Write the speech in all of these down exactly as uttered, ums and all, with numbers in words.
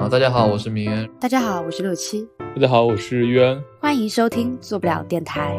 啊，大家好，我是明渊。 大家好，我是六七。 大家好，我是渊。 欢迎收听做不了电台。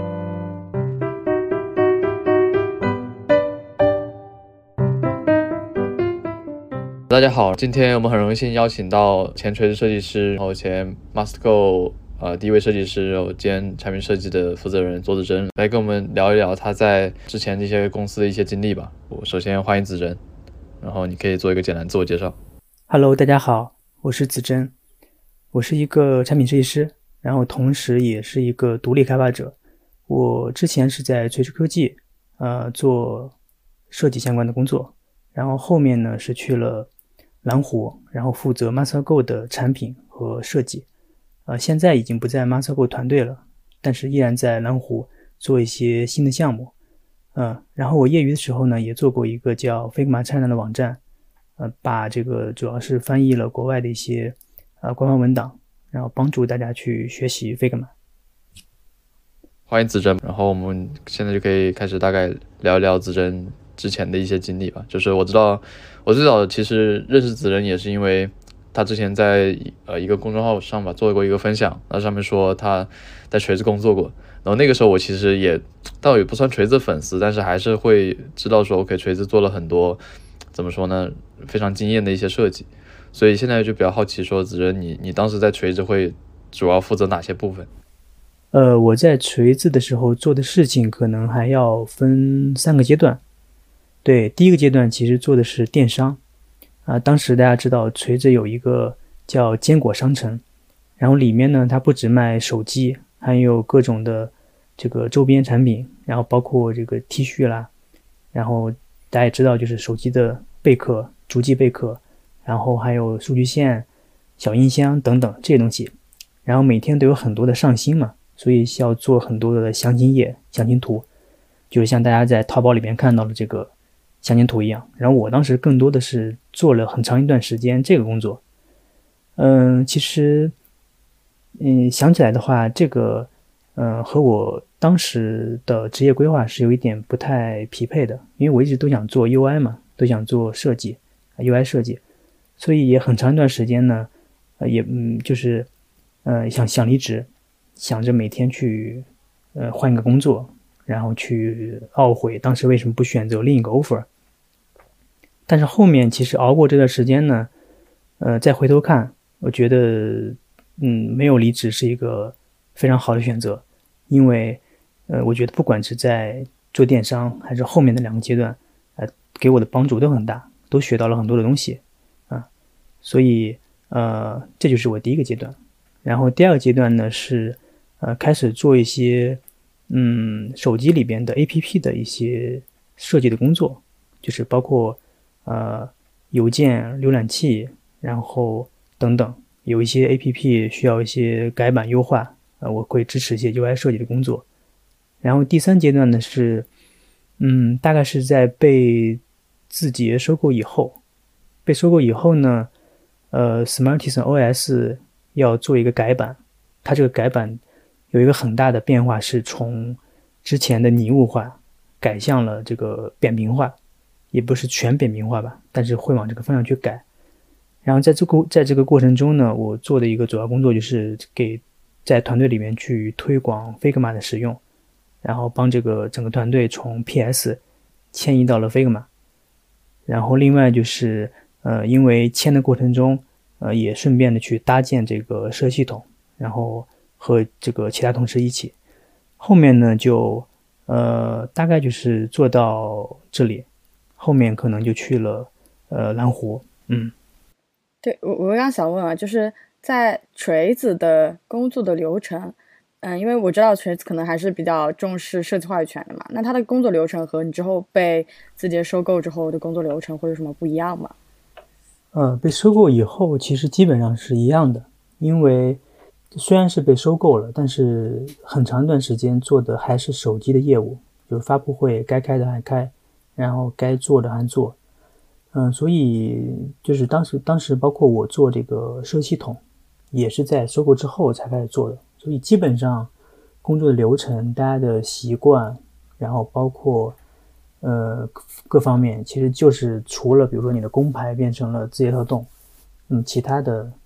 大家好，今天我们很荣幸邀请到前垂直设计师，然后前 MasterCo 呃第一位设计师，然后兼产品设计的负责人左子珍，来跟我们聊一聊他在之前这些公司的一些经历吧。我首先欢迎子珍，然后你可以做一个简单自我介绍。 Hello， 大家好，我是子珍，我是一个产品设计师，然后同时也是一个独立开发者。我之前是在垂直科技呃做设计相关的工作，然后后面呢是去了蓝湖，然后负责 MasterCo 的产品和设计。呃，现在已经不在 MasterCo 团队了，但是依然在蓝湖做一些新的项目。呃，然后我业余的时候呢，也做过一个叫 Figma China 的网站，呃，把这个主要是翻译了国外的一些呃官方文档，然后帮助大家去学习 Figma。 欢迎子珍，然后我们现在就可以开始大概聊一聊子珍之前的一些经历吧。就是我知道，我最早其实认识子珍也是因为他之前在呃一个公众号上吧做过一个分享，那上面说他在锤子工作过，然后那个时候我其实也倒也不算锤子粉丝，但是还是会知道说 OK 锤子做了很多怎么说呢非常惊艳的一些设计，所以现在就比较好奇说子珍你你当时在锤子会主要负责哪些部分？ 呃，我在锤子的时候做的事情可能还要分三个阶段。对，第一个阶段其实做的是电商啊、呃，当时大家知道锤子有一个叫坚果商城，然后里面呢它不只卖手机，还有各种的这个周边产品，然后包括这个 T 恤啦，然后大家也知道就是手机的贝壳、逐迹贝壳，然后还有数据线、小音箱等等这些东西，然后每天都有很多的上新嘛，所以需要做很多的详情页、详情图，就是像大家在淘宝里面看到的这个详情图一样。然后我当时更多的是做了很长一段时间这个工作。嗯，其实，嗯，想起来的话，这个，嗯，和我当时的职业规划是有一点不太匹配的，因为我一直都想做 U I 嘛，都想做设计 ，U I 设计，所以也很长一段时间呢，呃，也嗯，就是，呃，想想离职，想着每天去，呃，换一个工作，然后去懊悔当时为什么不选择另一个 offer。但是后面其实熬过这段时间呢，呃，再回头看，我觉得，嗯，没有离职是一个非常好的选择，因为，呃，我觉得不管是在做电商还是后面的两个阶段，呃，给我的帮助都很大，都学到了很多的东西，啊、呃，所以，呃，这就是我第一个阶段。然后第二个阶段呢是，呃，开始做一些，嗯，手机里边的 A P P 的一些设计的工作，就是包括。呃，邮件、浏览器，然后等等，有一些 A P P 需要一些改版优化，呃，我会支持一些 U I 设计的工作。然后第三阶段呢是，嗯，大概是在被字节收购以后，被收购以后呢，呃 ，Smartisan O S 要做一个改版，它这个改版有一个很大的变化，是从之前的拟物化改向了这个扁平化。也不是全扁平化吧，但是会往这个方向去改。然后在这个在这个过程中呢，我做的一个主要工作就是给在团队里面去推广 Figma 的使用，然后帮这个整个团队从 P S 迁移到了 Figma。然后另外就是呃，因为迁的过程中，呃，也顺便的去搭建这个设系统，然后和这个其他同事一起。后面呢，就呃，大概就是做到这里。后面可能就去了呃蓝湖。嗯， 对，我我刚刚想问啊，就是在锤子的工作的流程，嗯，因为我知道锤子可能还是比较重视设计话语权的嘛，那它的工作流程和你之后被字节收购之后的工作流程会有什么不一样吗？ 呃，被收购以后其实基本上是一样的，因为虽然是被收购了，但是很长一段时间做的还是手机的业务，就是发布会该开的还开。然后该做的还做，嗯、呃，所以就是当时当时包括我做这个设系统，也是在收购之后才开始做的，所以基本上工作的流程、大家的习惯，然后包括呃各方面，其实就是除了比如说你的工牌变成了字节跳动，嗯，其他的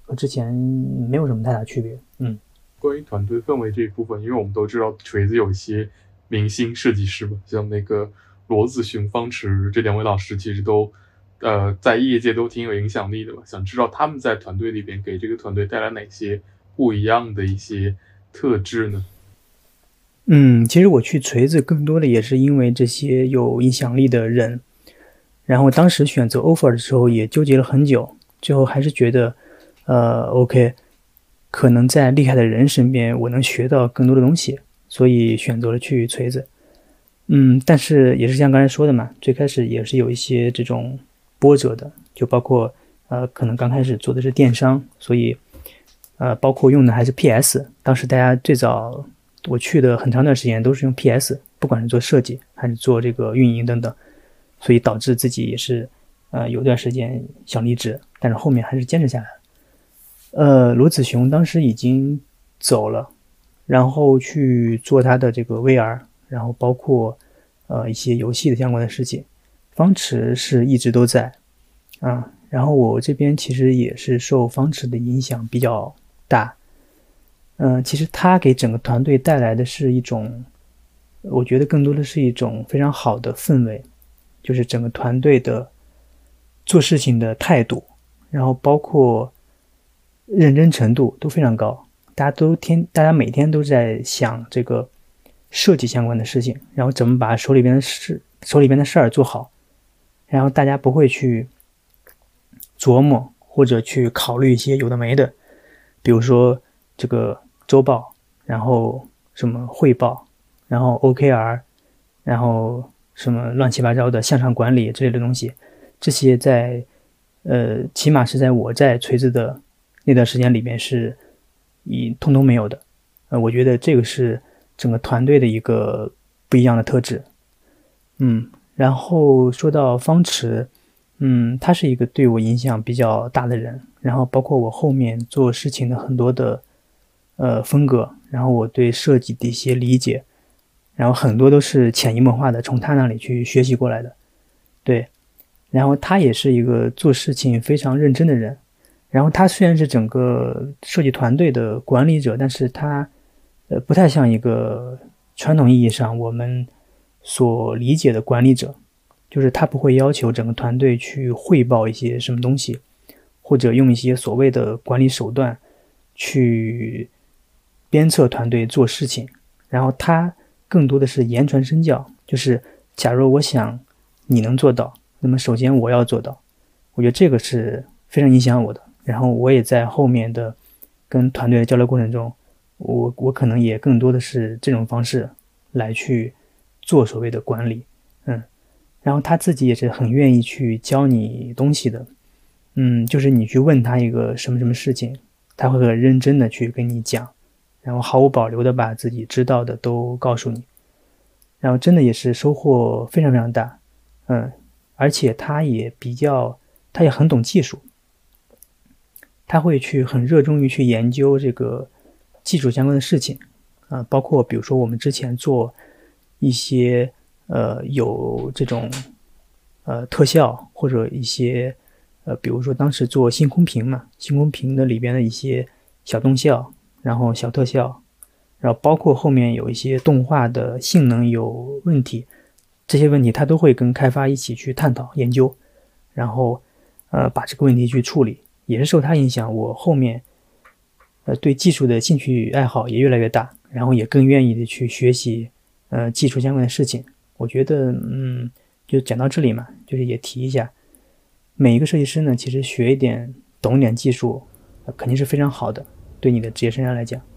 和之前没有什么太大区别。嗯， 关于团队氛围这一部分，因为我们都知道锤子有一些明星设计师嘛，像那个罗子雄、方池这两位老师，其实都呃在业界都挺有影响力的嘛。想知道他们在团队里边给这个团队带来哪些不一样的一些特质呢？ 嗯，其实我去锤子更多的也是因为这些有影响力的人，然后当时选择 offer 的时候也纠结了很久，最后还是觉得，呃 ，OK， 可能在厉害的人身边我能学到更多的东西，所以选择了去锤子。嗯，但是也是像刚才说的嘛，最开始也是有一些这种波折的，就包括呃，可能刚开始做的是电商，所以呃，包括用的还是 P S， 当时大家最早。我去的很长段时间都是用 P S， 不管是做设计还是做这个运营等等，所以导致自己也是呃有段时间想离职，但是后面还是坚持下来了。呃，罗子雄当时已经走了，然后去做他的这个 V R， 然后包括呃一些游戏的相关的事情。方池是一直都在啊，然后我这边其实也是受方池的影响比较大。嗯、呃，其实他给整个团队带来的是一种，我觉得更多的是一种非常好的氛围，就是整个团队的做事情的态度，然后包括认真程度都非常高，大家都天，大家每天都在想这个设计相关的事情，然后怎么把手里边的事、手里边的事儿做好，然后大家不会去琢磨或者去考虑一些有的没的，比如说这个周报，然后什么汇报，然后 O K R， 然后什么乱七八糟的向上管理之类的东西，这些在呃起码是在我在锤子的那段时间里面是以通通没有的。呃，我觉得这个是整个团队的一个不一样的特质。嗯，然后说到方池，嗯，他是一个对我影响比较大的人，然后包括我后面做事情的很多的呃风格，然后我对设计的一些理解，然后很多都是潜移默化的从他那里去学习过来的。对，然后他也是一个做事情非常认真的人，然后他虽然是整个设计团队的管理者，但是他呃不太像一个传统意义上我们所理解的管理者，就是他不会要求整个团队去汇报一些什么东西，或者用一些所谓的管理手段去鞭策团队做事情，然后他更多的是言传身教，就是假如我想你能做到，那么首先我要做到，我觉得这个是非常影响我的。然后我也在后面的跟团队的交流过程中，我我可能也更多的是这种方式来去做所谓的管理，嗯，然后他自己也是很愿意去教你东西的，嗯，就是你去问他一个什么什么事情，他会很认真的去跟你讲，然后毫无保留的把自己知道的都告诉你，然后真的也是收获非常非常大，嗯，而且他也比较，他也很懂技术。他会去很热衷于去研究这个技术相关的事情啊、呃，包括比如说我们之前做一些呃有这种呃特效，或者一些呃比如说当时做星空屏嘛，星空屏的里边的一些小动效，然后小特效，然后包括后面有一些动画的性能有问题，这些问题他都会跟开发一起去探讨研究，然后呃把这个问题去处理。也是受他影响，我后面呃对技术的兴趣爱好也越来越大，然后也更愿意的去学习呃技术相关的事情。我觉得嗯就讲到这里嘛，就是也提一下，每一个设计师呢其实学一点懂一点技术、呃、肯定是非常好的，对你的职业生涯来讲。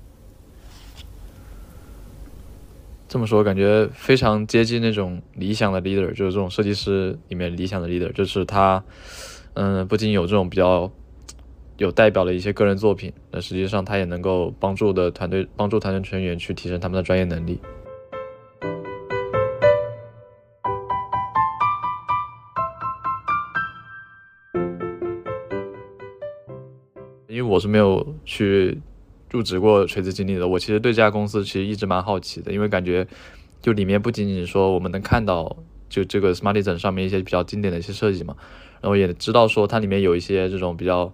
这么说感觉非常接近那种理想的 leader， 就是这种设计师里面理想的 leader， 就是他嗯不仅有这种比较有代表的一些个人作品，那实际上他也能够帮助的团队帮助团队成员去提升他们的专业能力。因为我是没有去入职过锤子经历的，我其实对这家公司其实一直蛮好奇的，因为感觉就里面不仅仅说我们能看到就这个 Smartisan 上面一些比较经典的一些设计嘛，然后也知道说它里面有一些这种比较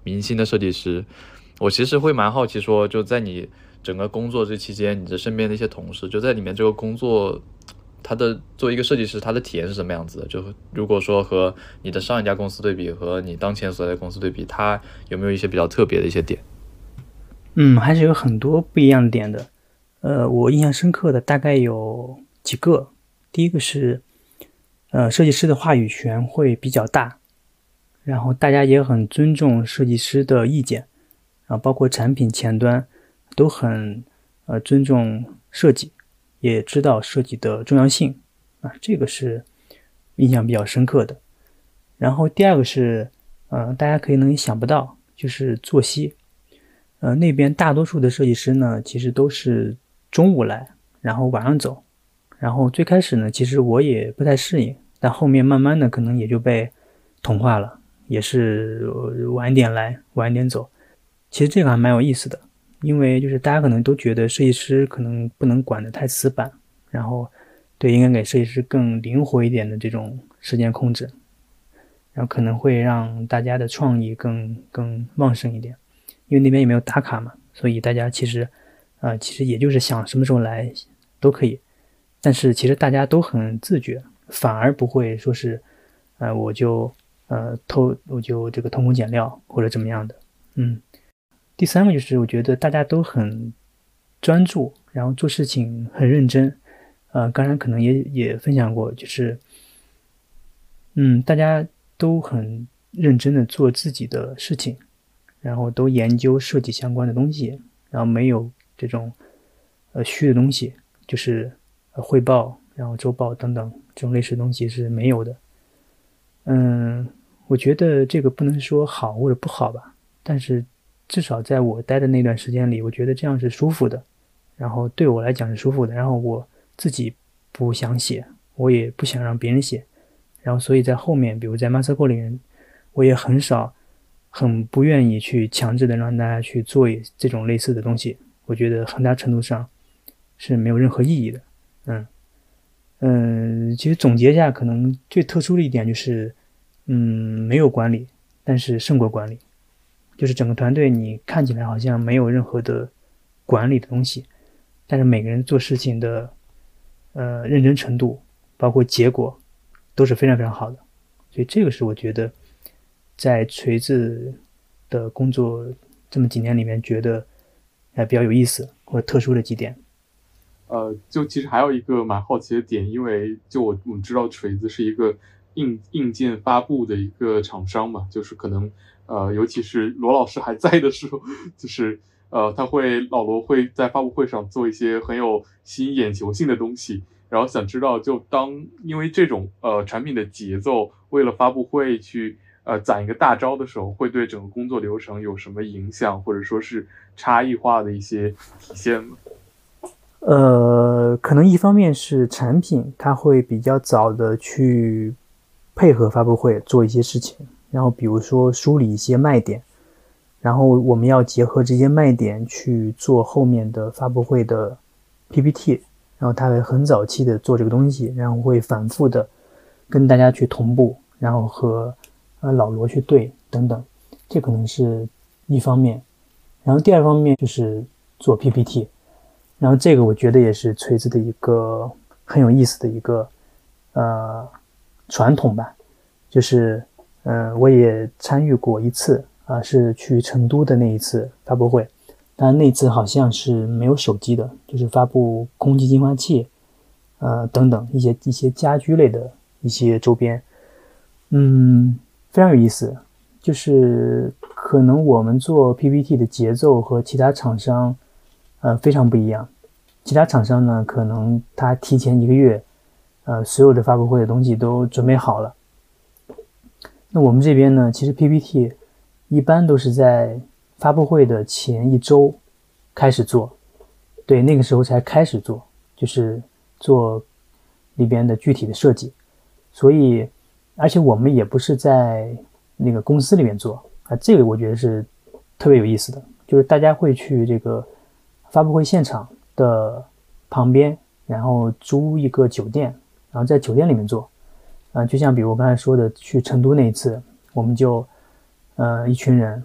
明星的设计师，我其实会蛮好奇说，就在你整个工作这期间，你的身边的一些同事，就在里面这个工作，他的作为一个设计师，他的体验是什么样子的？就如果说和你的上一家公司对比，和你当前所在的公司对比，他有没有一些比较特别的一些点？ 嗯，还是有很多不一样的点的。呃，我印象深刻的大概有几个。第一个是，呃，设计师的话语权会比较大，然后大家也很尊重设计师的意见，然后包括产品前端都很呃尊重设计，也知道设计的重要性啊，这个是印象比较深刻的。然后第二个是，呃，大家可以能想不到，就是作息。呃，那边大多数的设计师呢，其实都是中午来，然后晚上走。然后最开始呢，其实我也不太适应，但后面慢慢的可能也就被同化了，也是晚一点来，晚一点走。其实这个还蛮有意思的，因为就是大家可能都觉得设计师可能不能管得太死板，然后对，应该给设计师更灵活一点的这种时间控制，然后可能会让大家的创意更更旺盛一点。因为那边也没有打卡嘛，所以大家其实呃，其实也就是想什么时候来都可以，但是其实大家都很自觉，反而不会说是呃，我就呃偷我就这个偷工减料或者怎么样的。嗯，第三个就是我觉得大家都很专注，然后做事情很认真。呃，刚才可能也也分享过，就是嗯，大家都很认真的做自己的事情，然后都研究设计相关的东西，然后没有这种呃虚的东西，就是呃汇报，然后周报等等这种类似的东西是没有的。嗯，我觉得这个不能说好或者不好吧，但是至少在我待的那段时间里，我觉得这样是舒服的，然后对我来讲是舒服的，然后我自己不想写，我也不想让别人写，然后所以在后面，比如在 MasterCode 里面，我也很少很不愿意去强制的让大家去做这种类似的东西，我觉得很大程度上是没有任何意义的。嗯嗯，其实总结一下，可能最特殊的一点就是，嗯，没有管理，但是胜过管理。就是整个团队你看起来好像没有任何的管理的东西，但是每个人做事情的呃认真程度，包括结果，都是非常非常好的。所以这个是我觉得在锤子的工作这么几年里面觉得呃比较有意思或者特殊的几点。 呃，就其实还有一个蛮好奇的点，因为就我我们知道锤子是一个硬硬件发布的一个厂商嘛，就是可能呃，尤其是罗老师还在的时候，就是呃，他会老罗会在发布会上做一些很有吸引眼球性的东西，然后想知道就当因为这种呃产品的节奏，为了发布会去呃攒一个大招的时候，会对整个工作流程有什么影响，或者说是差异化的一些体现吗？ 呃，可能一方面是产品，它会比较早的去配合发布会做一些事情，然后比如说梳理一些卖点，然后我们要结合这些卖点去做后面的发布会的 P P T， 然后它会很早期的做这个东西，然后会反复的跟大家去同步，然后和呃老罗去对等等，这可能是一方面。然后第二方面就是做 P P T。然后这个我觉得也是锤子的一个很有意思的一个呃传统吧，就是呃我也参与过一次啊、呃，是去成都的那一次发布会，但那次好像是没有手机的，就是发布空气净化器呃等等一些一些家居类的一些周边，嗯，非常有意思，就是可能我们做 P P T 的节奏和其他厂商呃，非常不一样。其他厂商呢，可能他提前一个月，呃，所有的发布会的东西都准备好了。那我们这边呢，其实 P P T 一般都是在发布会的前一周开始做，对，那个时候才开始做，就是做里边的具体的设计。所以，而且我们也不是在那个公司里面做啊，这个我觉得是特别有意思的，就是大家会去这个发布会现场的旁边，然后租一个酒店，然后在酒店里面做，嗯、呃，就像比如我刚才说的去成都那一次，我们就呃一群人，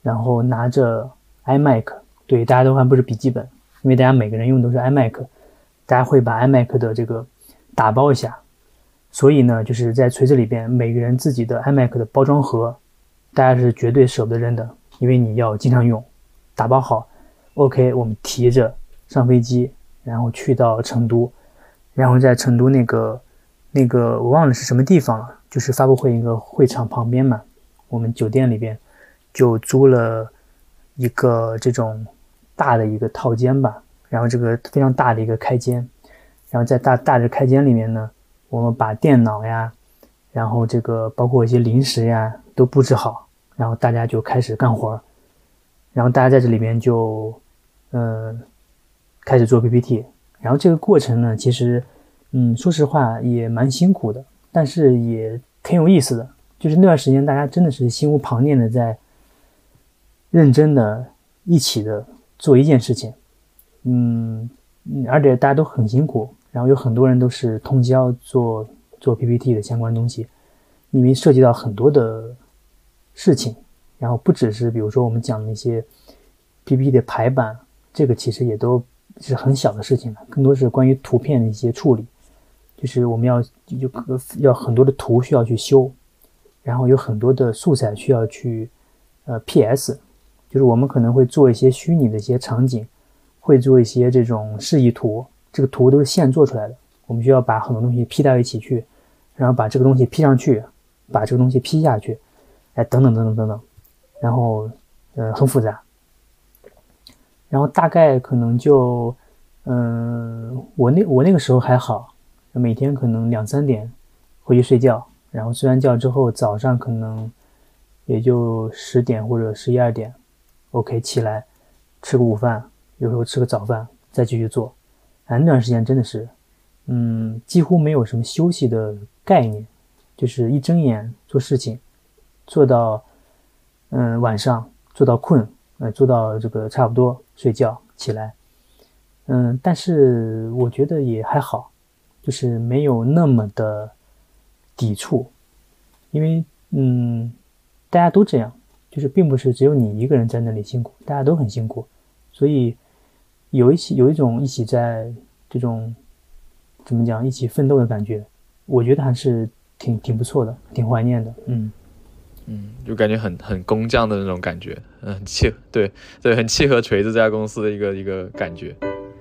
然后拿着 iMac， 对，大家都还不是笔记本，因为大家每个人用都是 iMac， 大家会把 iMac 的这个打包一下，所以呢，就是在锤子里边，每个人自己的 iMac 的包装盒，大家是绝对舍不得扔的，因为你要经常用，打包好 OK， 我们提着上飞机，然后去到成都，然后在成都那个那个我忘了是什么地方了，就是发布会一个会场旁边嘛，我们酒店里边就租了一个这种大的一个套间吧，然后这个非常大的一个开间，然后在大大的开间里面呢，我们把电脑呀，然后这个包括一些零食呀都布置好，然后大家就开始干活，然后大家在这里边就呃开始做 P P T， 然后这个过程呢，其实嗯说实话也蛮辛苦的，但是也挺有意思的，就是那段时间大家真的是心无旁骛的在认真的一起的做一件事情，嗯，而且大家都很辛苦，然后有很多人都是通宵做做 P P T 的相关东西，因为涉及到很多的事情，然后不只是比如说我们讲的那些 P P T 的排版，这个其实也都是很小的事情了，更多是关于图片的一些处理，就是我们要就要很多的图需要去修，然后有很多的素材需要去呃 P S， 就是我们可能会做一些虚拟的一些场景，会做一些这种示意图，这个图都是现做出来的，我们需要把很多东西 P 到一起去，然后把这个东西 P 上去，把这个东西 P 下去，哎，等等等等等等，然后呃很复杂，然后大概可能就嗯、呃、我那我那个时候还好，每天可能两三点回去睡觉，然后睡完觉之后早上可能也就十点或者十一二点 OK 起来吃个午饭，有时候吃个早饭再继续做，哎，那段时间真的是嗯几乎没有什么休息的概念，就是一睁眼做事情，做到嗯晚上做到困，呃做到这个差不多睡觉起来，嗯但是我觉得也还好，就是没有那么的抵触，因为嗯大家都这样，就是并不是只有你一个人在那里辛苦，大家都很辛苦，所以有一起有一种一起在这种怎么讲一起奋斗的感觉，我觉得还是挺挺不错的，挺怀念的。嗯嗯，就感觉很很工匠的那种感觉，嗯，很契对对，很契合锤子这家公司的一个一个感觉。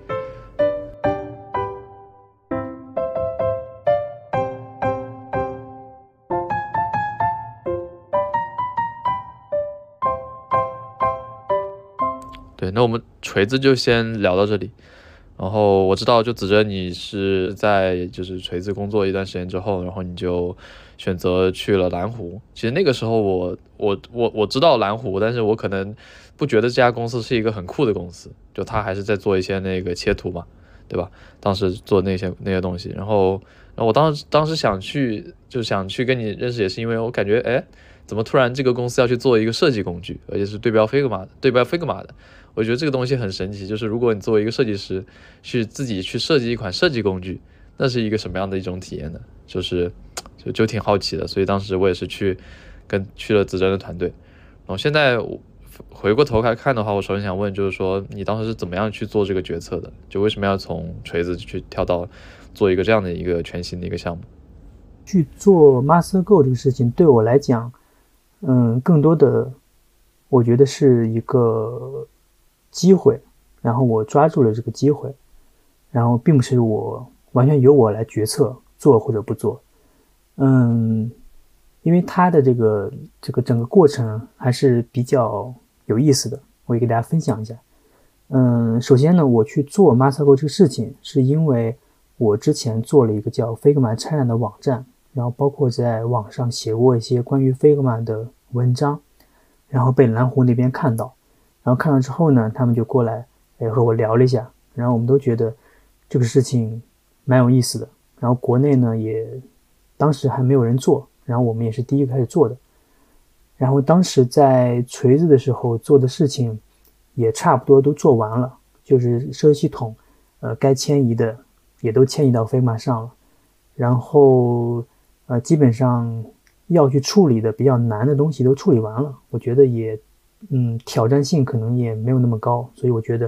对，那我们锤子就先聊到这里。然后我知道，就子珍你是在就是锤子工作一段时间之后，然后你就选择去了蓝湖。其实那个时候我我我我知道蓝湖，但是我可能不觉得这家公司是一个很酷的公司，就他还是在做一些那个切图嘛，对吧？当时做那些那些东西，然后然后我当时当时想去就想去跟你认识，也是因为我感觉哎，怎么突然这个公司要去做一个设计工具，而且是对标 Figma 的，对标 Figma 的。我觉得这个东西很神奇，就是如果你作为一个设计师去自己去设计一款设计工具，那是一个什么样的一种体验呢？就是就就挺好奇的，所以当时我也是去跟去了子珍的团队。然后现在回过头来看的话，我首先想问就是说，你当时是怎么样去做这个决策的？就为什么要从锤子去跳到做一个这样的一个全新的一个项目？ 去做 MasterGo 这个事情对我来讲，嗯，更多的我觉得是一个机会，然后我抓住了这个机会，然后并不是我完全由我来决策做或者不做，嗯，因为它的这个这个整个过程还是比较有意思的，我也给大家分享一下。嗯，首先呢，我去做 MasterGo 这个事情，是因为我之前做了一个叫 Figma China 的网站，然后包括在网上写过一些关于 Figma 的文章，然后被蓝湖那边看到。然后看到之后呢，他们就过来哎和我聊了一下，然后我们都觉得这个事情蛮有意思的，然后国内呢也当时还没有人做，然后我们也是第一个开始做的，然后当时在锤子的时候做的事情也差不多都做完了，就是设计系统呃该迁移的也都迁移到 Figma 上了，然后呃基本上要去处理的比较难的东西都处理完了，我觉得也嗯，挑战性可能也没有那么高，所以我觉得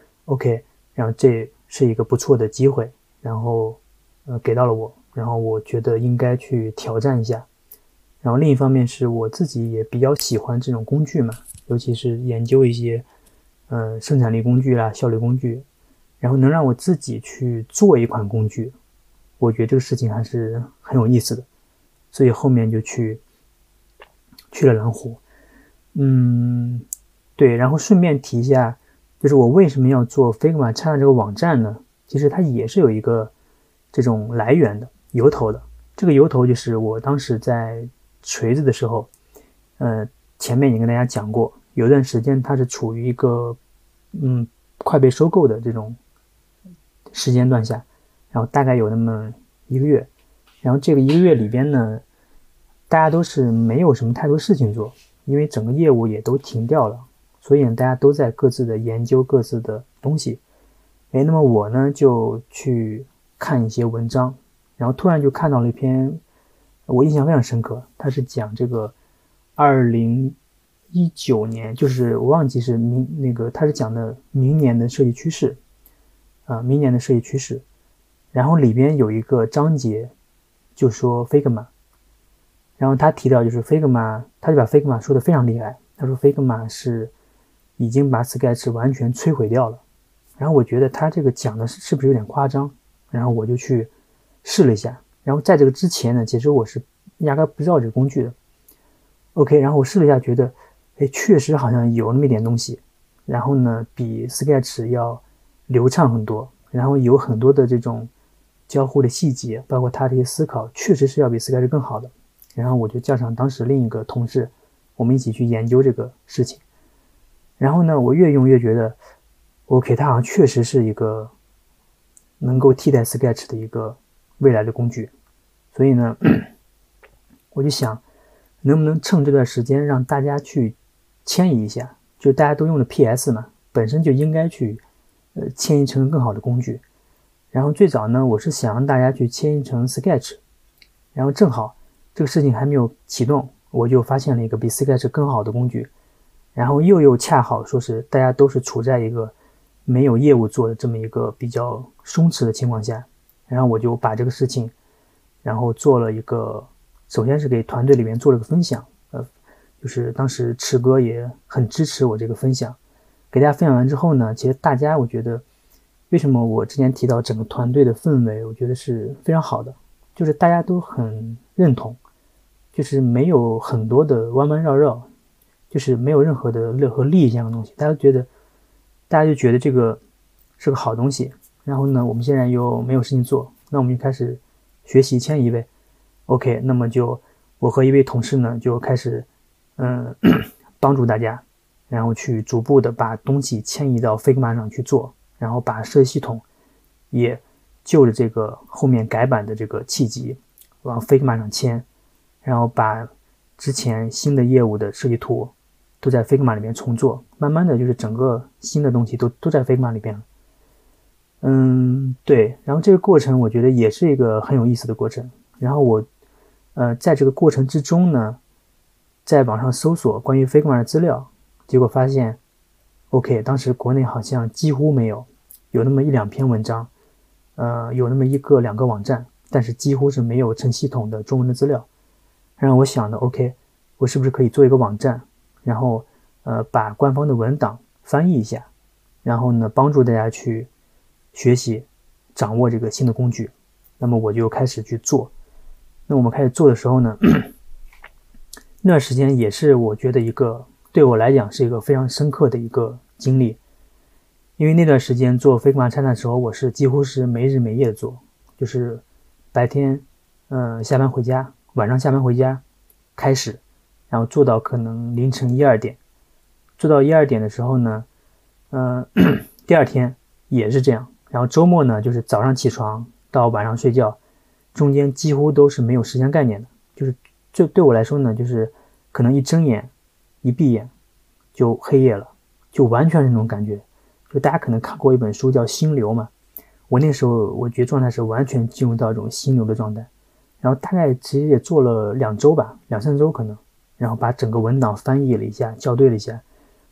OK， 然后这是一个不错的机会，然后呃给到了我，然后我觉得应该去挑战一下。然后另一方面是我自己也比较喜欢这种工具嘛，尤其是研究一些呃生产力工具啦、效率工具，然后能让我自己去做一款工具，我觉得这个事情还是很有意思的，所以后面就去去了蓝湖。嗯，对，然后顺便提一下，就是我为什么要做 Figma China 这个网站呢？其实它也是有一个这种来源的由头的。这个由头就是我当时在锤子的时候，呃，前面已经跟大家讲过，有一段时间它是处于一个嗯快被收购的这种时间段下，然后大概有那么一个月，然后这个一个月里边呢，大家都是没有什么太多事情做，因为整个业务也都停掉了，所以呢，大家都在各自的研究各自的东西。哎，那么我呢就去看一些文章，然后突然就看到了一篇，我印象非常深刻，它是讲这个二零一九年，就是我忘记是明那个，它是讲的明年的设计趋势，啊、呃，明年的设计趋势。然后里边有一个章节就说 Figma， 然后他提到就是 Figma， 他就把 Figma 说的非常厉害，他说 Figma 是已经把 Sketch 完全摧毁掉了。然后我觉得他这个讲的是不是有点夸张，然后我就去试了一下，然后在这个之前呢，其实我是压根不知道这个工具的。OK， 然后我试了一下，觉得哎，确实好像有那么一点东西，然后呢，比 Sketch 要流畅很多，然后有很多的这种交互的细节，包括他这些思考，确实是要比 Sketch 更好的。然后我就叫上当时另一个同事，我们一起去研究这个事情。然后呢，我越用越觉得 OK， 它好像确实是一个能够替代 Sketch 的一个未来的工具。所以呢，我就想能不能趁这段时间让大家去迁移一下，就大家都用的 P S 嘛，本身就应该去呃迁移成更好的工具。然后最早呢，我是想让大家去迁移成 Sketch， 然后正好这个事情还没有启动，我就发现了一个比 Sketch 更好的工具，然后又又恰好说是大家都是处在一个没有业务做的这么一个比较松弛的情况下，然后我就把这个事情然后做了一个，首先是给团队里面做了个分享，呃，就是当时池哥也很支持我这个分享，给大家分享完之后呢，其实大家我觉得为什么我之前提到整个团队的氛围，我觉得是非常好的，就是大家都很认同，就是没有很多的弯弯绕绕，就是没有任何的乐和利益这样的东西，大家觉得大家就觉得这个是个好东西。然后呢，我们现在又没有事情做，那我们就开始学习迁移呗。OK， 那么就我和一位同事呢就开始嗯帮助大家，然后去逐步的把东西迁移到 Figma 上去做，然后把设计系统也就着这个后面改版的这个契机往 Figma 上迁，然后把之前新的业务的设计图都在 Figma 里面重做，慢慢的就是整个新的东西都都在 Figma 里边了。嗯，对，然后这个过程我觉得也是一个很有意思的过程。然后我呃在这个过程之中呢，在网上搜索关于 Figma 的资料，结果发现 OK， 当时国内好像几乎没有，有那么一两篇文章，呃有那么一个两个网站，但是几乎是没有成系统的中文的资料。然后我想的 OK， 我是不是可以做一个网站，然后呃把官方的文档翻译一下，然后呢帮助大家去学习掌握这个新的工具。那么我就开始去做。那我们开始做的时候呢，那段时间也是我觉得一个对我来讲是一个非常深刻的一个经历。因为那段时间做 Figma China 的时候，我是几乎是没日没夜的做，就是白天嗯、呃、下班回家，晚上下班回家开始，然后做到可能凌晨一二点。做到一二点的时候呢，呃第二天也是这样。然后周末呢，就是早上起床到晚上睡觉，中间几乎都是没有时间概念的。就是这对我来说呢，就是可能一睁眼一闭眼就黑夜了，就完全是那种感觉。就大家可能看过一本书叫《心流》嘛，我那时候我觉得状态是完全进入到这种心流的状态。然后大概其实也做了两周吧，两三周可能，然后把整个文档翻译了一下，校对了一下，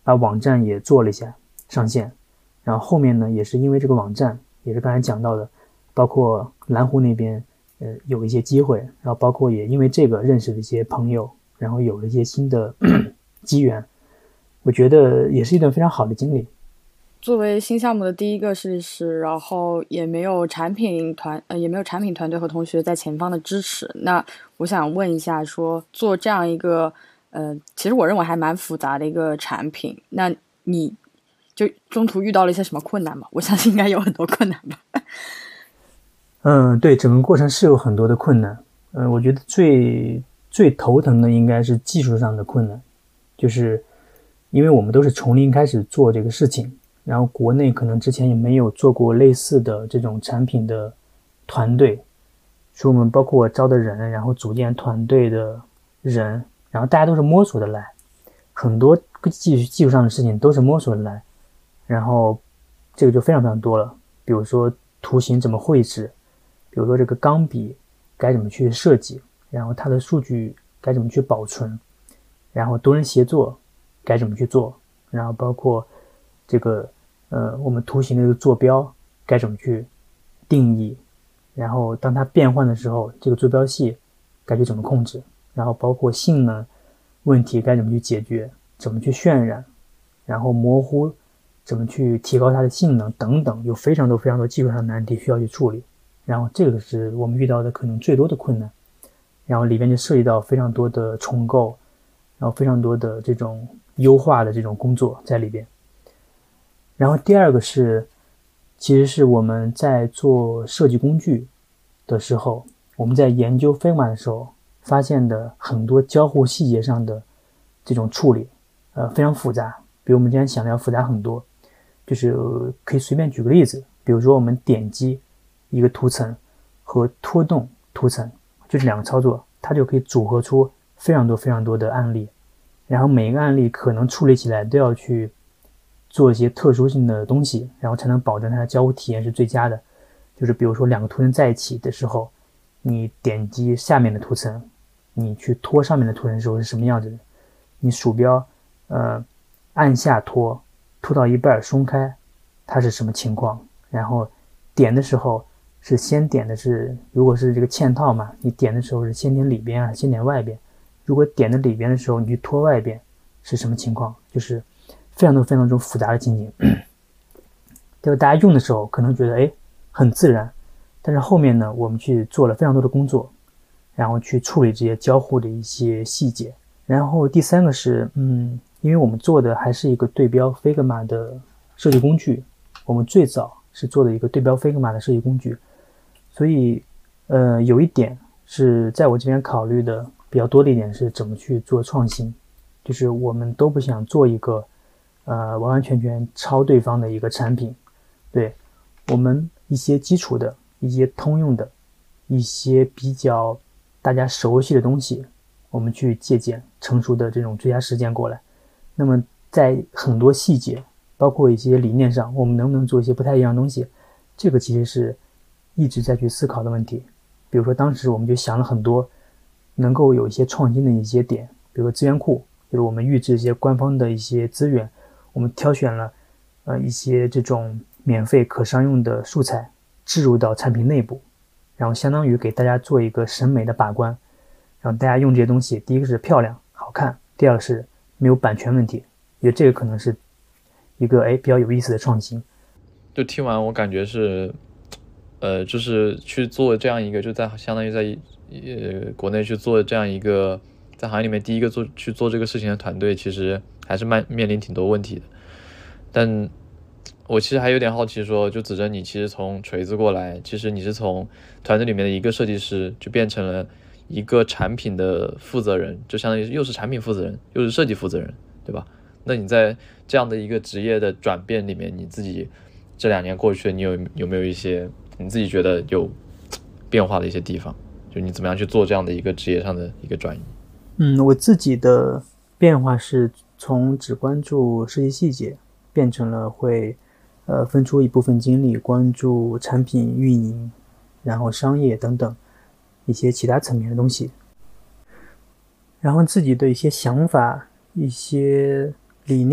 把网站也做了一下上线，然后后面呢也是因为这个网站，也是刚才讲到的，包括蓝湖那边呃有一些机会，然后包括也因为这个认识了一些朋友，然后有了一些新的机缘，我觉得也是一段非常好的经历。 作为新项目的第一个设计师，然后也没有产品团呃也没有产品团队和同学在前方的支持，那我想问一下说，做这样一个呃其实我认为还蛮复杂的一个产品，那你就中途遇到了一些什么困难吗？我相信应该有很多困难吧。 嗯，对，整个过程是有很多的困难。嗯、呃，我觉得最最头疼的应该是技术上的困难，就是因为我们都是从零开始做这个事情，然后国内可能之前也没有做过类似的这种产品的团队，所以我们包括我招的人，然后组建团队的人，然后大家都是摸索的来，很多技技术上的事情都是摸索的来，然后这个就非常非常多了，比如说图形怎么绘制，比如说这个钢笔该怎么去设计，然后它的数据该怎么去保存，然后多人协作该怎么去做，然后包括这个呃我们图形的这个坐标该怎么去定义，然后当它变换的时候，这个坐标系该去怎么控制，然后包括性能问题该怎么去解决，怎么去渲染，然后模糊怎么去提高它的性能等等，有非常多非常多技术上的难题需要去处理，然后这个是我们遇到的可能最多的困难，然后里面就涉及到非常多的重构，然后非常多的这种优化的这种工作在里边。然后第二个是其实是我们在做设计工具的时候，我们在研究 Figma 的时候发现的很多交互细节上的这种处理呃，非常复杂，比我们今天想的要复杂很多。就是可以随便举个例子，比如说我们点击一个图层和拖动图层，就这两个操作，它就可以组合出非常多非常多的案例，然后每一个案例可能处理起来都要去做一些特殊性的东西，然后才能保证它的交互体验是最佳的。就是比如说两个图层在一起的时候，你点击下面的图层，你去拖上面的图层的时候是什么样子的，你鼠标呃按下拖拖到一半松开它是什么情况，然后点的时候是先点的是，如果是这个嵌套嘛，你点的时候是先点里边还是先点外边，如果点的里边的时候你去拖外边是什么情况，就是非常多非常多复杂的情景。就是大家用的时候可能觉得哎很自然，但是后面呢我们去做了非常多的工作，然后去处理这些交互的一些细节。然后第三个是嗯因为我们做的还是一个对标 Figma 的设计工具，我们最早是做的一个对标 Figma 的设计工具，所以呃有一点是在我这边考虑的比较多的一点是怎么去做创新，就是我们都不想做一个呃完完全全抄对方的一个产品，对，我们一些基础的一些通用的一些比较大家熟悉的东西，我们去借鉴成熟的这种最佳实践过来。那么在很多细节包括一些理念上，我们能不能做一些不太一样的东西，这个其实是一直在去思考的问题。比如说当时我们就想了很多能够有一些创新的一些点，比如说资源库，就是我们预置一些官方的一些资源，我们挑选了呃一些这种免费可商用的素材置入到产品内部，然后相当于给大家做一个审美的把关，让大家用这些东西，第一个是漂亮好看，第二个是没有版权问题，因为这个可能是一个哎比较有意思的创新。 就听完我感觉是呃就是去做这样一个，就在相当于在呃国内去做这样一个在行业里面第一个做去做这个事情的团队，其实还是面面临挺多问题的。但我其实还有点好奇说，就子珍你其实从锤子过来，其实你是从团队里面的一个设计师就变成了一个产品的负责人，就相当于又是产品负责人又是设计负责人，对吧？那你在这样的一个职业的转变里面，你自己这两年过去，你有有没有一些你自己觉得有变化的一些地方？就你怎么样去做这样的一个职业上的一个转移？ 嗯，我自己的变化是从只关注设计细节，变成了会呃分出一部分精力关注产品运营，然后商业等等一些其他层面的东西。然后自己的一些想法一些理念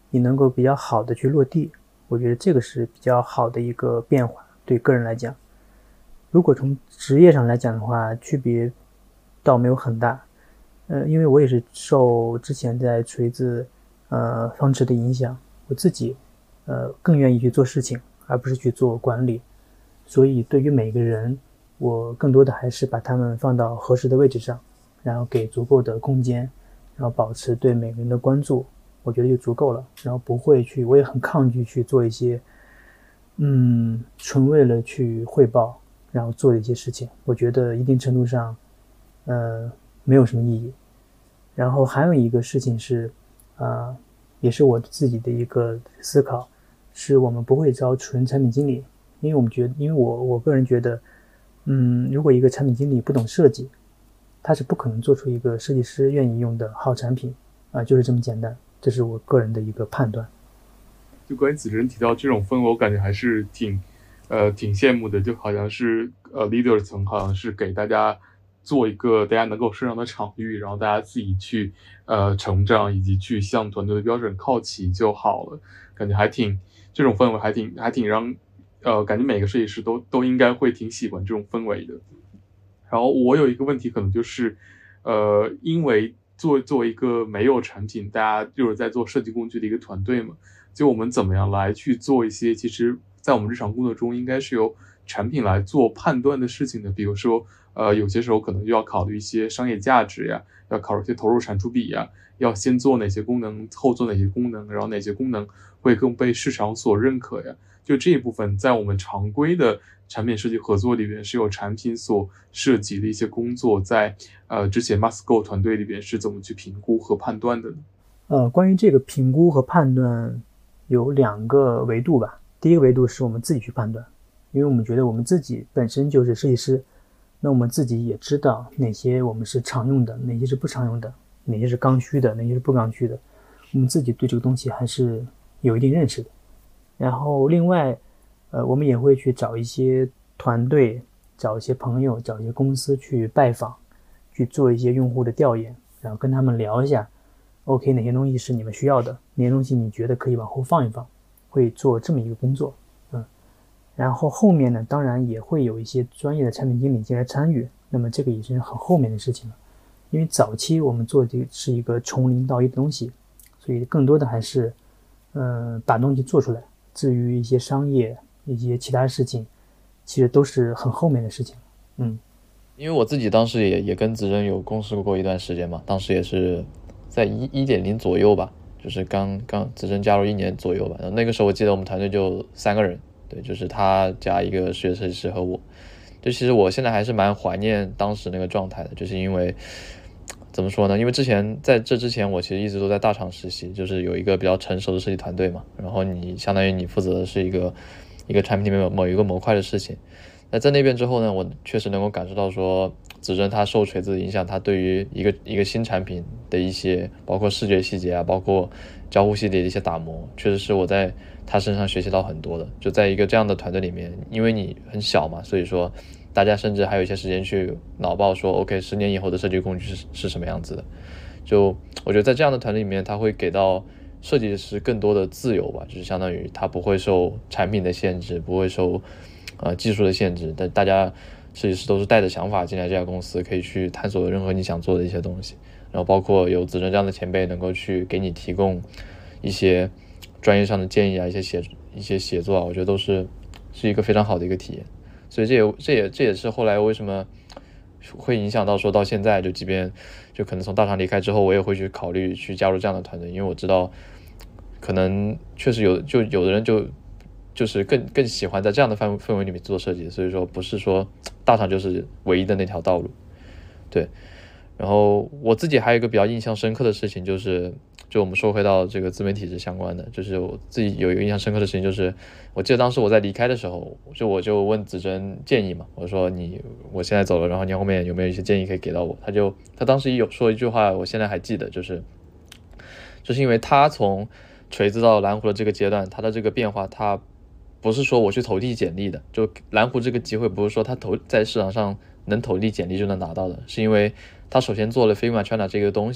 你能够比较好的去落地，我觉得这个是比较好的一个变化，对个人来讲。如果从职业上来讲的话，区别倒没有很大。呃，因为我也是受之前在锤子呃方池的影响，我自己呃更愿意去做事情，而不是去做管理。所以对于每个人，我更多的还是把他们放到合适的位置上，然后给足够的空间，然后保持对每个人的关注，我觉得就足够了。然后不会去，我也很抗拒去做一些嗯纯为了去汇报然后做的一些事情，我觉得一定程度上呃没有什么意义。然后还有一个事情是呃也是我自己的一个思考，是我们不会招纯产品经理，因为我们觉得因为我我个人觉得嗯如果一个产品经理不懂设计，他是不可能做出一个设计师愿意用的好产品啊、呃，就是这么简单，这是我个人的一个判断。 就关于子珍提到这种氛围，我感觉还是挺呃挺羡慕的，就好像是呃 leader 层好像是给大家做一个大家能够生长的场域，然后大家自己去呃成长，以及去向团队的标准靠齐就好了。感觉还挺这种氛围还挺还挺让呃感觉每个设计师都都应该会挺喜欢这种氛围的。然后我有一个问题可能就是呃因为作作为一个没有产品，大家就是在做设计工具的一个团队嘛，就我们怎么样来去做一些其实在我们日常工作中应该是由产品来做判断的事情的，比如说呃，有些时候可能就要考虑一些商业价值呀，要考虑一些投入产出比呀，要先做哪些功能，后做哪些功能，然后哪些功能会更被市场所认可呀。就这一部分在我们常规的产品设计合作里边是有产品所涉及的一些工作，在呃之前 Must Go 团队里边是怎么去评估和判断的呢？ 呃，关于这个评估和判断有两个维度吧。第一个维度是我们自己去判断，因为我们觉得我们自己本身就是设计师，那我们自己也知道哪些我们是常用的，哪些是不常用的，哪些是刚需的，哪些是不刚需的，我们自己对这个东西还是有一定认识的。然后另外呃，我们也会去找一些团队，找一些朋友，找一些公司去拜访，去做一些用户的调研，然后跟他们聊一下 OK 哪些东西是你们需要的，哪些东西你觉得可以往后放一放，会做这么一个工作。嗯，然后后面呢，当然也会有一些专业的产品经理进来参与，那么这个也是很后面的事情了。因为早期我们做的是一个从零到一的东西，所以更多的还是呃把东西做出来，至于一些商业一些其他事情其实都是很后面的事情。嗯， 因为我自己当时也也跟子珍有共事过一段时间嘛，当时也是在一一点零左右吧，就是刚刚子珍加入一年左右吧。然后那个时候我记得我们团队就三个人，对，就是他加一个视觉设计师和我。就其实我现在还是蛮怀念当时那个状态的，就是因为怎么说呢？因为之前在这之前，我其实一直都在大厂实习，就是有一个比较成熟的设计团队嘛。然后你相当于你负责的是一个一个产品里面某一个模块的事情。那在那边之后呢，我确实能够感受到说，子珍他受锤子的影响，他对于一个一个新产品的一些，包括视觉细节啊，包括交互细节的一些打磨，确实是我在他身上学习到很多的。就在一个这样的团队里面，因为你很小嘛，所以说大家甚至还有一些时间去脑爆说 OK 十年以后的设计工具是是什么样子的。就我觉得在这样的团队里面，他会给到设计师更多的自由吧，就是相当于他不会受产品的限制，不会受呃技术的限制，但大家设计师都是带着想法进来这家公司，可以去探索任何你想做的一些东西。然后包括有子珍这样的前辈能够去给你提供一些专业上的建议啊，一些写一些写作啊，我觉得都是是一个非常好的一个体验。所以这也这也这也是后来为什么会影响到说到现在，就即便就可能从大厂离开之后，我也会去考虑去加入这样的团队，因为我知道可能确实有就有的人就就是更更喜欢在这样的氛氛围里面做设计，所以说不是说大厂就是唯一的那条道路。对，然后我自己还有一个比较印象深刻的事情，就是就我们说回到这个自媒体制相关的，就是我自己有一个印象深刻的事情，就是我记得当时我在离开的时候，就我就问子珍建议嘛，我说你我现在走了，然后你后面有没有一些建议可以给到我？他就他当时有说一句话，我现在还记得，就是就是因为他从锤子到蓝湖的这个阶段，他的这个变化，他不是说我去投递简历的，就蓝湖这个机会不是说他投在市场上能投递简历就能拿到的，是因为他首先做了 Figma China 这个东西，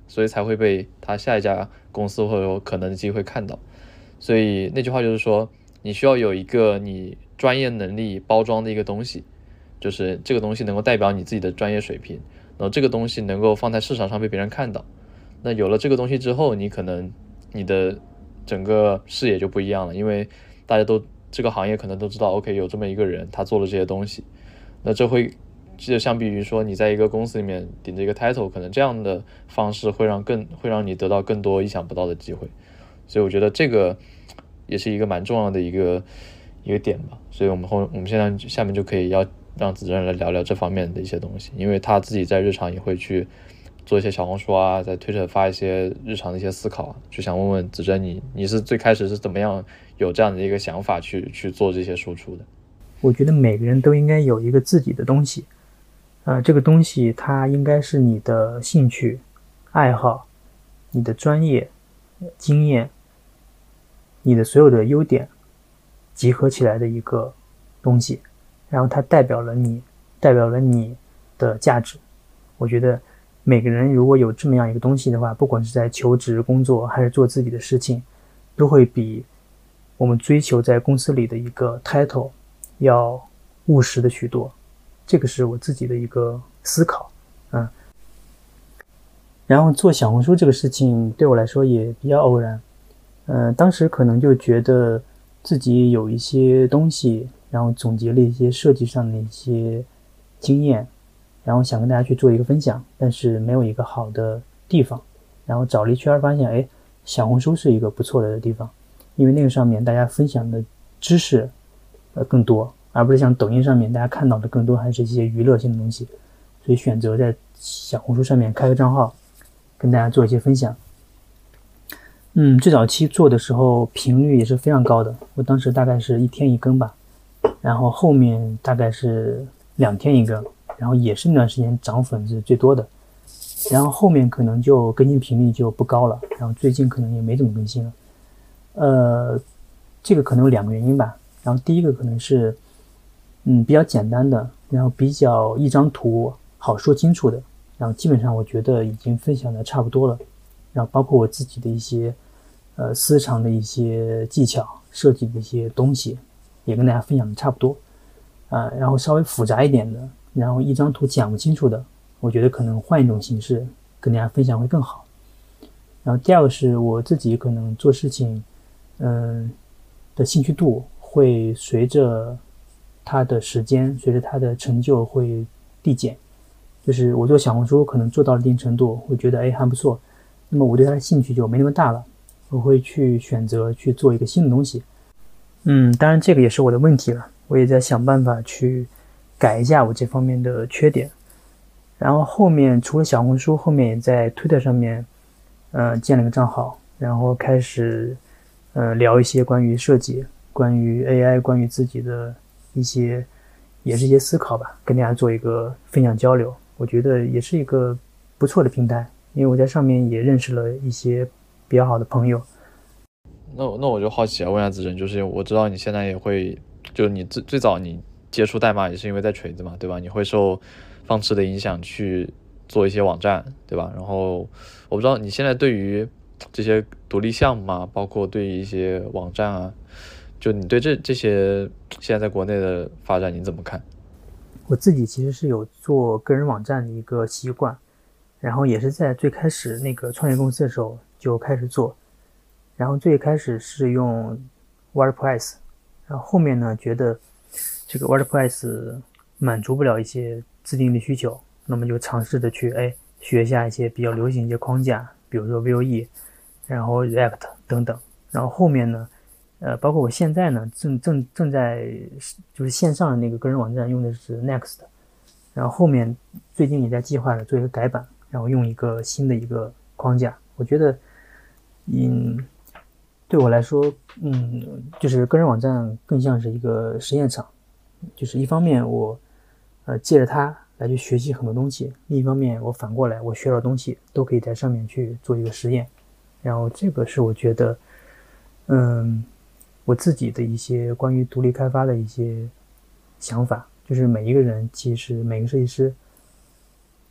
所以才会被他下一家公司或者有可能的机会看到。所以那句话就是说，你需要有一个你专业能力包装的一个东西，就是这个东西能够代表你自己的专业水平，然后这个东西能够放在市场上被别人看到。那有了这个东西之后，你可能你的整个视野就不一样了，因为大家都这个行业可能都知道 OK 有这么一个人他做了这些东西，那这会就相比于说你在一个公司里面顶着一个 title， 可能这样的方式会让更会让你得到更多意想不到的机会。所以我觉得这个也是一个蛮重要的一个一个点吧。所以我们后我们现在下面就可以要让子珍来聊聊这方面的一些东西，因为他自己在日常也会去做一些小红书啊，在推特发一些日常的一些思考啊，就想问问子珍，你你是最开始是怎么样有这样的一个想法去去做这些输出的？ 我觉得每个人都应该有一个自己的东西，呃，这个东西它应该是你的兴趣、爱好、你的专业、经验、你的所有的优点集合起来的一个东西，然后它代表了你，代表了你的价值。我觉得每个人如果有这么样一个东西的话，不管是在求职、工作还是做自己的事情，都会比我们追求在公司里的一个 title 要务实的许多。这个是我自己的一个思考，嗯。然后做小红书这个事情对我来说也比较偶然，呃，当时可能就觉得自己有一些东西，然后总结了一些设计上的一些经验，然后想跟大家去做一个分享，但是没有一个好的地方，然后找了一圈发现，哎，小红书是一个不错的地方，因为那个上面大家分享的知识呃更多，而不是像抖音上面大家看到的更多还是一些娱乐性的东西，所以选择在小红书上面开个账号，跟大家做一些分享。嗯，最早期做的时候频率也是非常高的，我当时大概是一天一更吧，然后后面大概是两天一更，然后也是那段时间涨粉是最多的，然后后面可能就更新频率就不高了，然后最近可能也没怎么更新了。呃，这个可能有两个原因吧，然后第一个可能是嗯比较简单的，然后比较一张图好说清楚的，然后基本上我觉得已经分享的差不多了，然后包括我自己的一些呃私藏的一些技巧设计的一些东西也跟大家分享的差不多啊、呃，然后稍微复杂一点的，然后一张图讲不清楚的，我觉得可能换一种形式跟大家分享会更好。然后第二个是我自己可能做事情嗯、呃、的兴趣度会随着它的时间随着它的成就会递减，就是我做小红书可能做到了一定程度，会觉得哎还不错，那么我对它的兴趣就没那么大了，我会去选择去做一个新的东西。嗯，当然这个也是我的问题了，我也在想办法去改一下我这方面的缺点。然后后面除了小红书，后面也在推特上面呃建了个账号，然后开始呃聊一些关于设计、关于 A I、关于自己的一些也是一些思考吧，跟大家做一个分享交流。我觉得也是一个不错的平台，因为我在上面也认识了一些比较好的朋友。 那那我就好奇啊，问一下子珍，就是我知道你现在也会，就你最最早你接触代码也是因为在锤子嘛，对吧？你会受方池的影响去做一些网站，对吧？然后我不知道你现在对于这些独立项目啊，包括对于一些网站啊，就你对这这些现在在国内的发展你怎么看？ 我自己其实是有做个人网站的一个习惯，然后也是在最开始那个创业公司的时候就开始做，然后最开始是用 WordPress， 然后后面呢觉得这个 WordPress 满足不了一些自定义的需求，那么就尝试着去哎学一下一些比较流行一些框架，比如说 Vue， 然后 React 等等，然后后面呢呃，包括我现在呢，正正正在就是线上的那个个人网站用的是 Next， 然后后面最近也在计划着做一个改版，然后用一个新的一个框架。我觉得，嗯，对我来说，嗯，就是个人网站更像是一个实验场，就是一方面我呃借着它来去学习很多东西，另一方面我反过来我学到的东西都可以在上面去做一个实验，然后这个是我觉得，嗯。我自己的一些关于独立开发的一些想法，就是每一个人其实每个设计师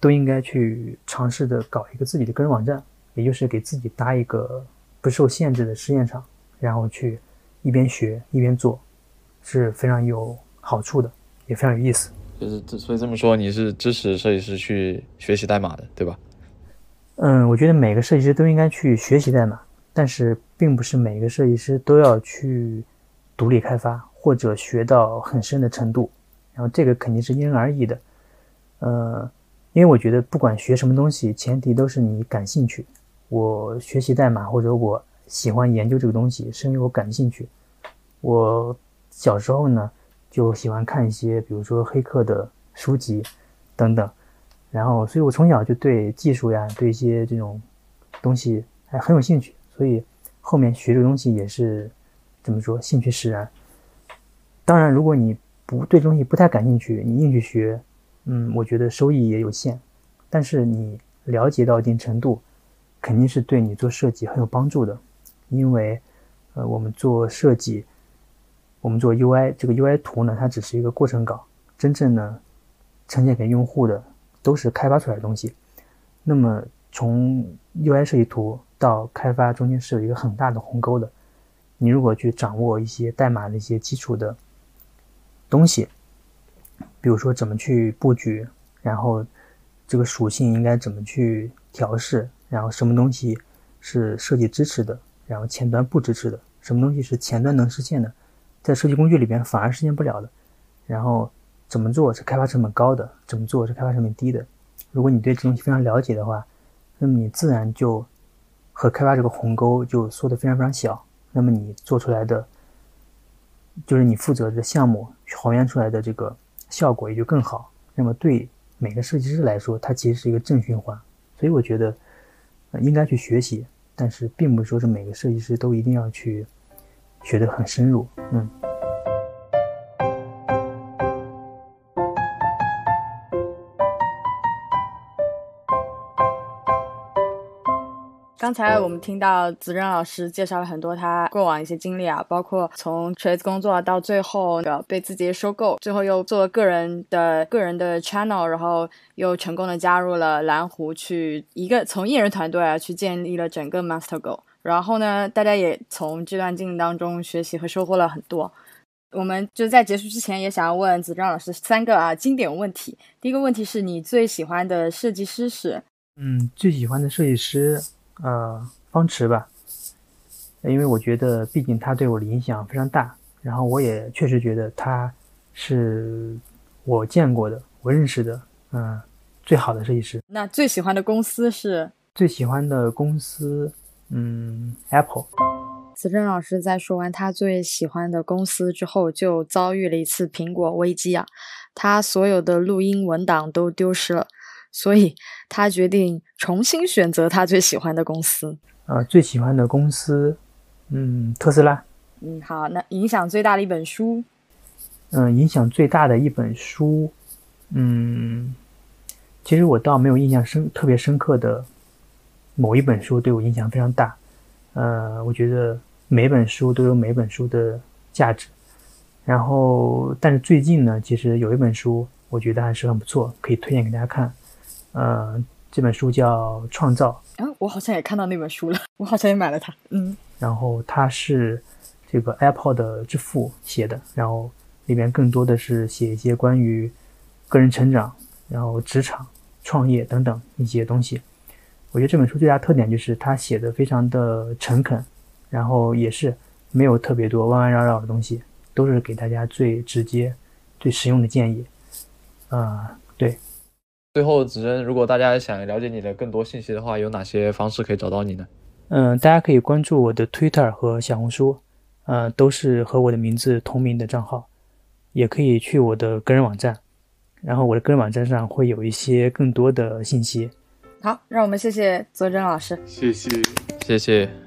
都应该去尝试的搞一个自己的个人网站，也就是给自己搭一个不受限制的实验场，然后去一边学一边做，是非常有好处的，也非常有意思。 就是所以这么说，你是支持设计师去学习代码的，对吧？ 嗯，我觉得每个设计师都应该去学习代码，但是并不是每个设计师都要去独立开发或者学到很深的程度，然后这个肯定是因人而异的。呃，因为我觉得不管学什么东西，前提都是你感兴趣。我学习代码或者我喜欢研究这个东西，是因为我感兴趣。我小时候呢就喜欢看一些比如说黑客的书籍等等，然后所以我从小就对技术呀对一些这种东西还很有兴趣，所以后面学这个东西也是怎么说兴趣使然。当然如果你不对这东西不太感兴趣，你硬去学，嗯，我觉得收益也有限，但是你了解到一定程度肯定是对你做设计很有帮助的。因为呃，我们做设计，我们做 U I， 这个 U I 图呢它只是一个过程稿，真正呢呈现给用户的都是开发出来的东西。那么从 U I 设计图到开发中间是有一个很大的鸿沟的，你如果去掌握一些代码的一些基础的东西，比如说怎么去布局，然后这个属性应该怎么去调试，然后什么东西是设计支持的，然后前端不支持的，什么东西是前端能实现的，在设计工具里边反而实现不了的，然后怎么做是开发成本高的，怎么做是开发成本低的。如果你对这东西非常了解的话，那么你自然就和开发这个鸿沟就缩得非常非常小，那么你做出来的就是你负责的项目还原出来的这个效果也就更好。那么对每个设计师来说，它其实是一个正循环。所以我觉得、呃、应该去学习，但是并不是说是每个设计师都一定要去学得很深入。嗯。 刚才我们听到子珍老师介绍了很多他过往一些经历啊，包括从锤子工作到最后被字节收购，最后又做个人的个人的 channel， 然后又成功的加入了蓝湖，去一个从艺人团队啊去建立了整个 MasterGo。然后呢，大家也从这段经历当中学习和收获了很多。我们就在结束之前也想要问子珍老师三个啊经典问题。第一个问题是你最喜欢的设计师是？ 嗯，最喜欢的设计师呃，方池吧，因为我觉得毕竟他对我的影响非常大，然后我也确实觉得他是我见过的我认识的嗯、呃、最好的设计师。 那最喜欢的公司是？ 最喜欢的公司嗯 Apple。 子珍老师在说完他最喜欢的公司之后，就遭遇了一次苹果危机啊，他所有的录音文档都丢失了，所以他决定重新选择他最喜欢的公司。 呃，最喜欢的公司，嗯，特斯拉。 嗯，好，那影响最大的一本书？ 嗯、呃，影响最大的一本书，嗯，其实我倒没有印象深特别深刻的某一本书对我影响非常大。呃，我觉得每本书都有每本书的价值。然后，但是最近呢，其实有一本书我觉得还是很不错，可以推荐给大家看。呃，这本书叫《创造》。 啊，我好像也看到那本书了，我好像也买了它。嗯， 然后它是这个 Apple 的之父写的，然后里面更多的是写一些关于个人成长，然后职场、创业等等一些东西。我觉得这本书最大特点就是它写的非常的诚恳，然后也是没有特别多弯弯绕绕的东西，都是给大家最直接、最实用的建议。呃，对。 最后，子珍，如果大家想了解你的更多信息的话，有哪些方式可以找到你呢？ 嗯、呃，大家可以关注我的 Twitter 和小红书，呃，都是和我的名字同名的账号，也可以去我的个人网站，然后我的个人网站上会有一些更多的信息。 好，让我们谢谢泽珍老师。 谢谢， 谢谢。